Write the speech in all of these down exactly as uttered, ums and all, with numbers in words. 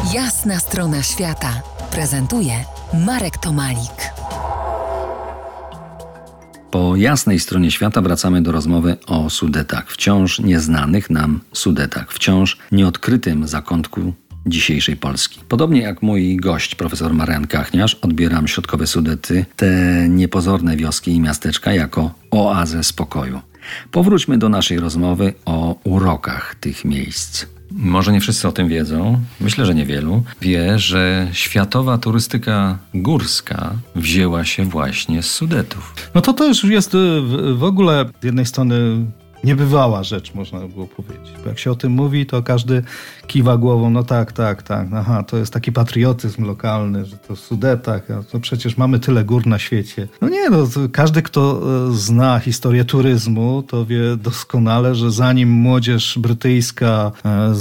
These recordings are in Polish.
Jasna strona świata prezentuje Marek Tomalik. Po jasnej stronie świata wracamy do rozmowy o Sudetach, wciąż nieznanych nam Sudetach, wciąż nieodkrytym zakątku dzisiejszej Polski. Podobnie jak mój gość, profesor Marian Kachniarz, odbieram środkowe Sudety, te niepozorne wioski i miasteczka, jako oazę spokoju. Powróćmy do naszej rozmowy o urokach tych miejsc. Może nie wszyscy o tym wiedzą, myślę, że niewielu wie, że światowa turystyka górska wzięła się właśnie z Sudetów. No to też jest w, w ogóle z jednej strony niebywała rzecz, można by było powiedzieć. Bo jak się o tym mówi, to każdy kiwa głową, no tak, tak, tak, aha, to jest taki patriotyzm lokalny, że to w Sudetach, a to przecież mamy tyle gór na świecie. No nie, no każdy, kto zna historię turyzmu, to wie doskonale, że zanim młodzież brytyjska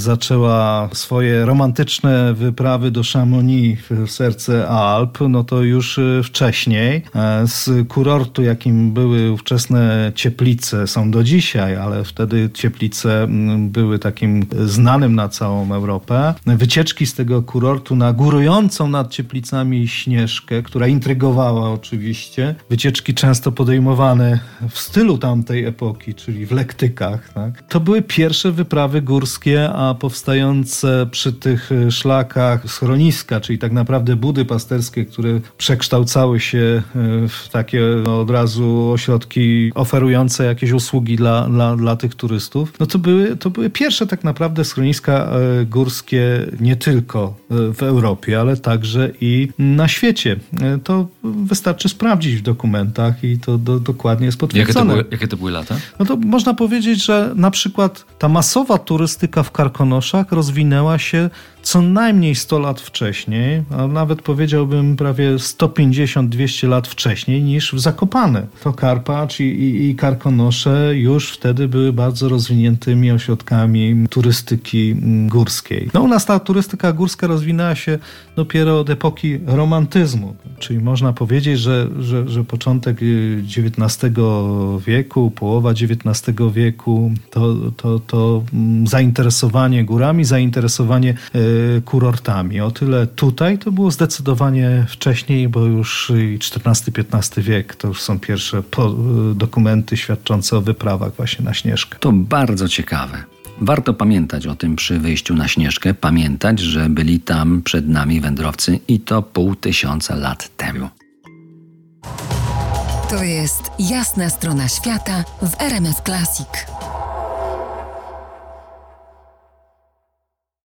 zaczęła swoje romantyczne wyprawy do Chamonix w serce Alp, no to już wcześniej z kurortu, jakim były ówczesne Cieplice, są do dzisiaj, ale wtedy Cieplice były takim znanym na całą Europę. Wycieczki z tego kurortu na górującą nad Cieplicami Śnieżkę, która intrygowała oczywiście. Wycieczki często podejmowane w stylu tamtej epoki, czyli w lektykach. Tak? To były pierwsze wyprawy górskie, a powstające przy tych szlakach schroniska, czyli tak naprawdę budy pasterskie, które przekształcały się w takie no, od razu ośrodki oferujące jakieś usługi dla Dla, dla tych turystów, no to były, to były pierwsze tak naprawdę schroniska e, górskie nie tylko e, w Europie, ale także i na świecie. E, to wystarczy sprawdzić w dokumentach i to do, dokładnie jest potwierdzone. Jakie to, były, jakie to były lata? No to można powiedzieć, że na przykład ta masowa turystyka w Karkonoszach rozwinęła się co najmniej sto lat wcześniej, a nawet powiedziałbym prawie sto pięćdziesiąt do dwustu lat wcześniej niż w Zakopane. To Karpacz i, i, i Karkonosze już wtedy były bardzo rozwiniętymi ośrodkami turystyki górskiej. No u nas ta turystyka górska rozwinęła się dopiero od epoki romantyzmu, czyli można powiedzieć, że, że, że początek dziewiętnastego wieku, połowa dziewiętnastego wieku, to, to, to zainteresowanie górami, zainteresowanie kurortami. O tyle tutaj to było zdecydowanie wcześniej, bo już czternasty piętnasty wiek to już są pierwsze po- dokumenty świadczące o wyprawach właśnie na Śnieżkę. To bardzo ciekawe. Warto pamiętać o tym przy wyjściu na Śnieżkę, pamiętać, że byli tam przed nami wędrowcy i to pół tysiąca lat temu. To jest Jasna strona świata w R M F Classic.